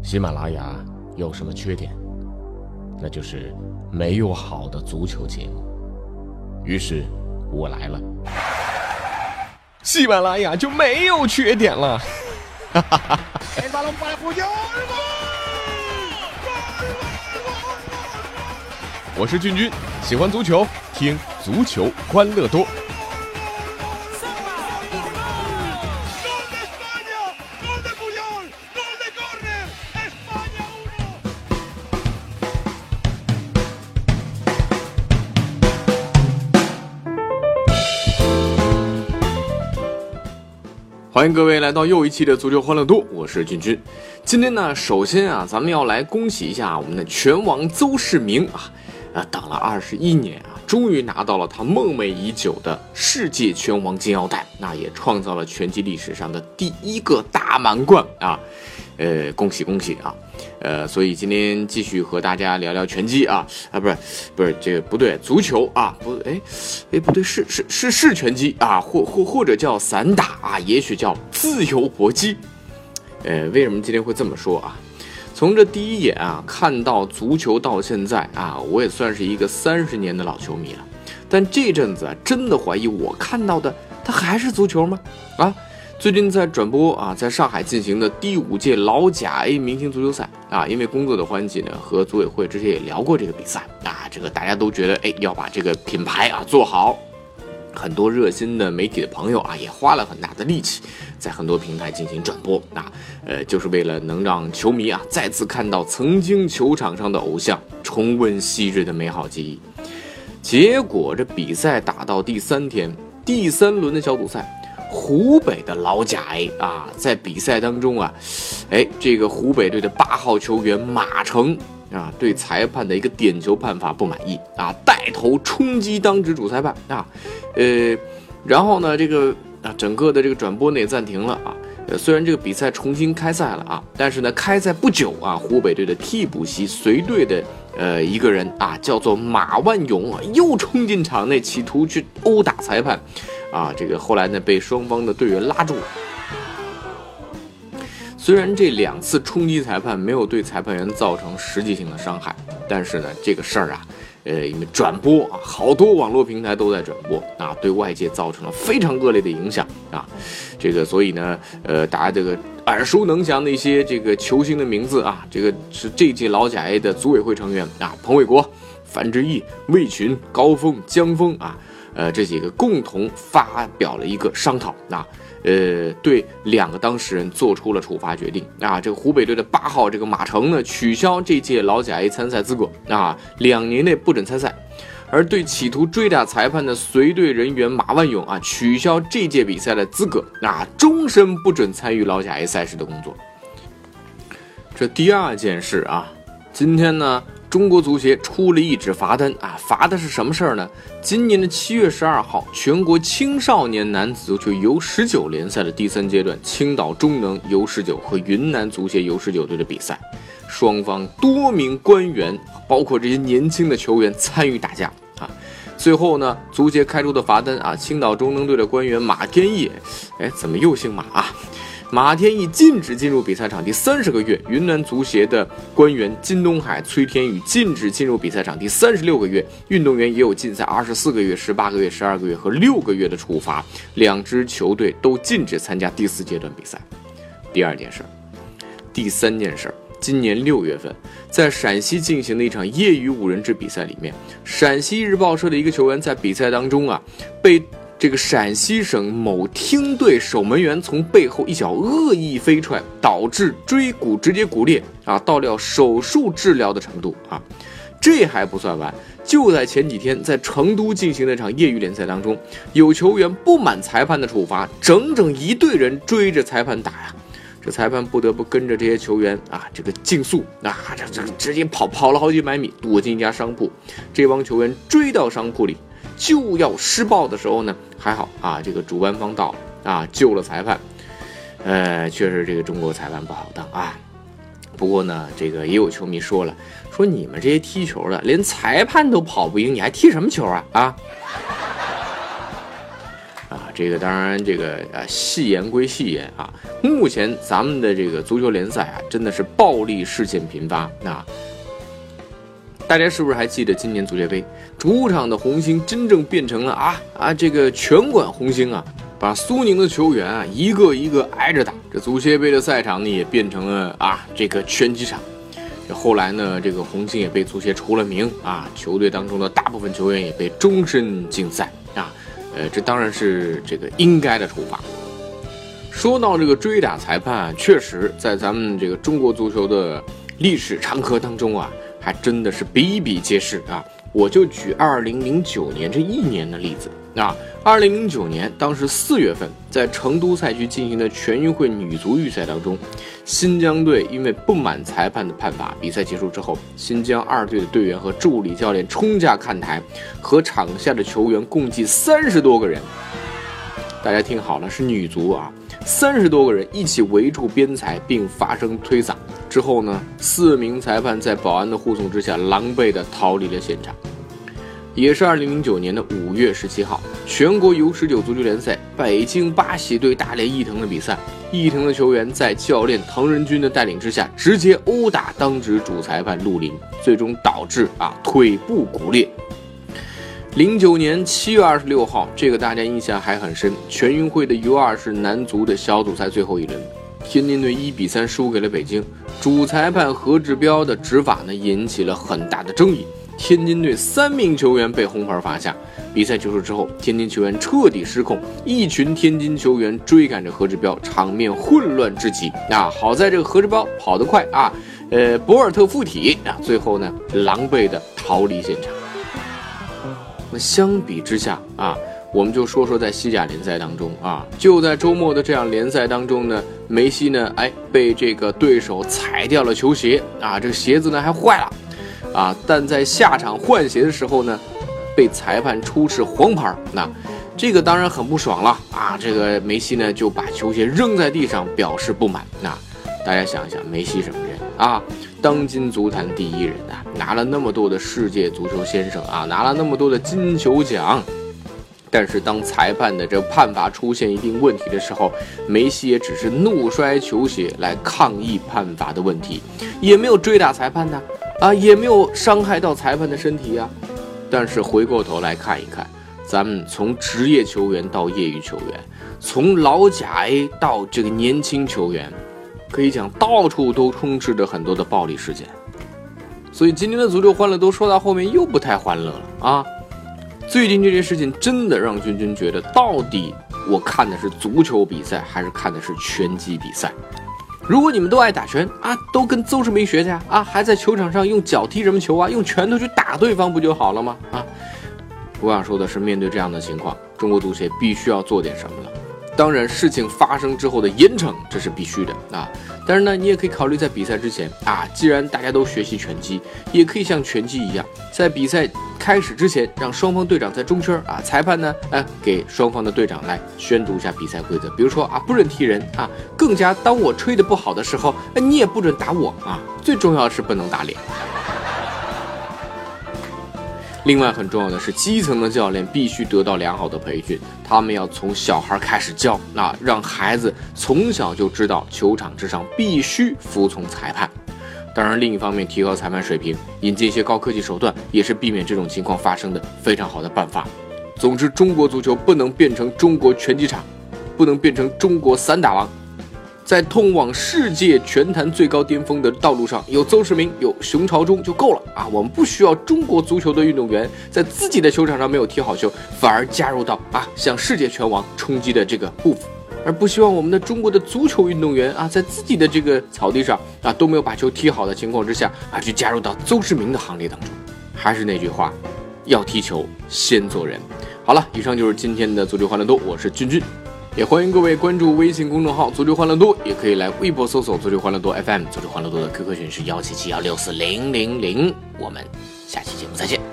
喜马拉雅有什么缺点？那就是没有好的足球节目。于是我来了，喜马拉雅就没有缺点了。我是俊君，喜欢足球，听足球欢乐多。欢迎各位来到又一期的足球欢乐多，我是俊君。今天呢，首先咱们要来恭喜一下我们的拳王邹市明等了21年终于拿到了他梦寐已久的世界拳王金腰带，那也创造了拳击历史上的第一个大满贯恭喜恭喜所以今天继续和大家聊聊拳击不是这个不对，足球不对，是拳击或者叫散打也许叫自由搏击。为什么今天会这么说从这第一眼看到足球到现在我也算是一个30年的老球迷了，但这阵子真的怀疑我看到的它还是足球吗？最近在转播在上海进行的第5届老甲 A 明星足球赛因为工作的关系呢，和组委会之前也聊过这个比赛这个大家都觉得要把这个品牌做好，很多热心的媒体的朋友也花了很大的力气，在很多平台进行转播就是为了能让球迷再次看到曾经球场上的偶像，重温昔日的美好记忆。结果这比赛打到第3天，第3轮的小组赛，湖北的老甲 A 在比赛当中这个湖北队的8号球员马成对裁判的一个点球判罚不满意带头冲击当值主裁判然后呢这个整个的这个转播呢也暂停了虽然这个比赛重新开赛了但是呢开赛不久湖北队的替补席随队的一个人叫做马万勇又冲进场内企图去殴打裁判这个后来呢被双方的队员拉住了。虽然这2次冲击裁判没有对裁判员造成实际性的伤害，但是呢这个事儿因为转播好多网络平台都在转播对外界造成了非常恶劣的影响这个所以呢大家这个耳熟能详的一些这个球星的名字这个是这届老甲 A 的组委会成员彭伟国、范志毅、魏群、高峰、江峰这几个共同发表了一个商讨对2个当事人做出了处罚决定这个湖北队的8号这个马成呢取消这届老甲 A 参赛资格2年内不准参赛，而对企图追打裁判的随队人员马万勇取消这届比赛的资格终身不准参与老甲 A 赛事的工作。这第2件事今天呢中国足协出了一纸罚单罚的是什么事儿呢？今年的7月12号，全国青少年男子足球U19联赛的第3阶段，青岛中能 U19 和云南足协 U19队的比赛，双方多名官员，包括这些年轻的球员参与打架最后呢，足协开出的罚单青岛中能队的官员马天意，怎么又姓马马天意禁止进入比赛场地30个月，云南足协的官员金东海、崔天宇禁止进入比赛场地36个月，运动员也有禁赛24个月、18个月、12个月和6个月的处罚，2支球队都禁止参加第4阶段比赛。第2件事，第3件事，今年6月份，在陕西进行的一场业余5人制比赛里面，陕西日报社的一个球员在比赛当中被这个陕西省某厅队守门员从背后一脚恶意飞踹，导致椎骨直接骨裂到了手术治疗的程度这还不算完，就在前几天，在成都进行的一场业余联赛当中，有球员不满裁判的处罚，整整一队人追着裁判打这裁判不得不跟着这些球员这个竞速这直接跑了好几百米，躲进一家商铺。这帮球员追到商铺里就要施暴的时候呢，还好这个主办方到救了裁判。确实这个中国裁判不好当不过呢，这个也有球迷说了，说你们这些踢球的连裁判都跑不赢，你还踢什么球这个当然这个戏言归戏言啊，目前咱们的这个足球联赛啊，真的是暴力事件频发。大家是不是还记得今年足协杯主场的红星真正变成了这个拳馆红星啊，把苏宁的球员啊一个一个挨着打。这足协杯的赛场呢也变成了这个拳击场。后来呢，这个红星也被足协除了名球队当中的大部分球员也被终身禁赛这当然是这个应该的处罚。说到这个追打裁判确实在咱们这个中国足球的历史长河当中还真的是比比皆是我就举2009年这一年的例子2009年当时4月份，在成都赛区进行的全运会女足预赛当中，新疆队因为不满裁判的判罚，比赛结束之后，新疆2队的队员和助理教练冲下看台，和场下的球员共计30多个人，大家听好了，是女足30多个人一起围住边裁并发生推搡。之后呢，4名裁判在保安的护送之下狼狈地逃离了现场。也是2009年的5月17号，全国U19足球联赛北京八喜对大连毅腾的比赛，毅腾的球员在教练滕仁军的带领之下，直接殴打当值主裁判陆林，最终导致腿部骨裂。09年7月26号，这个大家印象还很深，全运会的U20男足的小组赛最后一轮，天津队1比3输给了北京，主裁判何志彪的执法呢引起了很大的争议。天津队3名球员被红牌罚下。比赛结束之后，天津球员彻底失控，一群天津球员追赶着何志彪，场面混乱至极。好在这个何志彪跑得快博尔特附体最后呢狼狈的逃离现场。那相比之下我们就说说在西甲联赛当中就在周末的这样联赛当中呢，梅西呢被这个对手踩掉了球鞋这个鞋子呢还坏了。但在下场换鞋的时候呢，被裁判出示黄牌，这个当然很不爽了这个梅西呢就把球鞋扔在地上表示不满。大家想一想，梅西什么人当今足坛第一人拿了那么多的世界足球先生拿了那么多的金球奖，但是当裁判的这个判罚出现一定问题的时候，梅西也只是怒摔球鞋来抗议判罚的问题，也没有追打裁判也没有伤害到裁判的身体但是回过头来看一看，咱们从职业球员到业余球员，从老甲 A 到这个年轻球员，可以讲到处都充斥着很多的暴力事件。所以今天的足球欢乐多说到后面又不太欢乐了最近这件事情真的让君君觉得，到底我看的是足球比赛还是看的是拳击比赛？如果你们都爱打拳都跟邹市明学去还在球场上用脚踢什么球用拳头去打对方不就好了吗？我想说的是，面对这样的情况，中国足协必须要做点什么了。当然，事情发生之后的严惩这是必须的但是呢，你也可以考虑在比赛之前既然大家都学习拳击，也可以像拳击一样，在比赛开始之前，让双方队长在中圈裁判呢给双方的队长来宣读一下比赛规则，比如说不准踢人更加当我吹得不好的时候你也不准打我最重要的是不能打脸。另外很重要的是，基层的教练必须得到良好的培训，他们要从小孩开始教让孩子从小就知道球场之上必须服从裁判。当然另一方面，提高裁判水平，引进一些高科技手段，也是避免这种情况发生的非常好的办法。总之，中国足球不能变成中国拳击场，不能变成中国散打王。在通往世界拳坛最高巅峰的道路上，有邹市明，有熊朝忠就够了我们不需要中国足球的运动员在自己的球场上没有踢好球，反而加入到向世界拳王冲击的这个步伐，而不希望我们的中国的足球运动员在自己的这个草地上都没有把球踢好的情况之下去加入到邹市明的行列当中。还是那句话，要踢球先做人。好了，以上就是今天的足球欢乐多，我是君君。也欢迎各位关注微信公众号足球欢乐多，也可以来微博搜索足球欢乐多 FM， 足球欢乐多的 QQ 群是177164000，我们下期节目再见。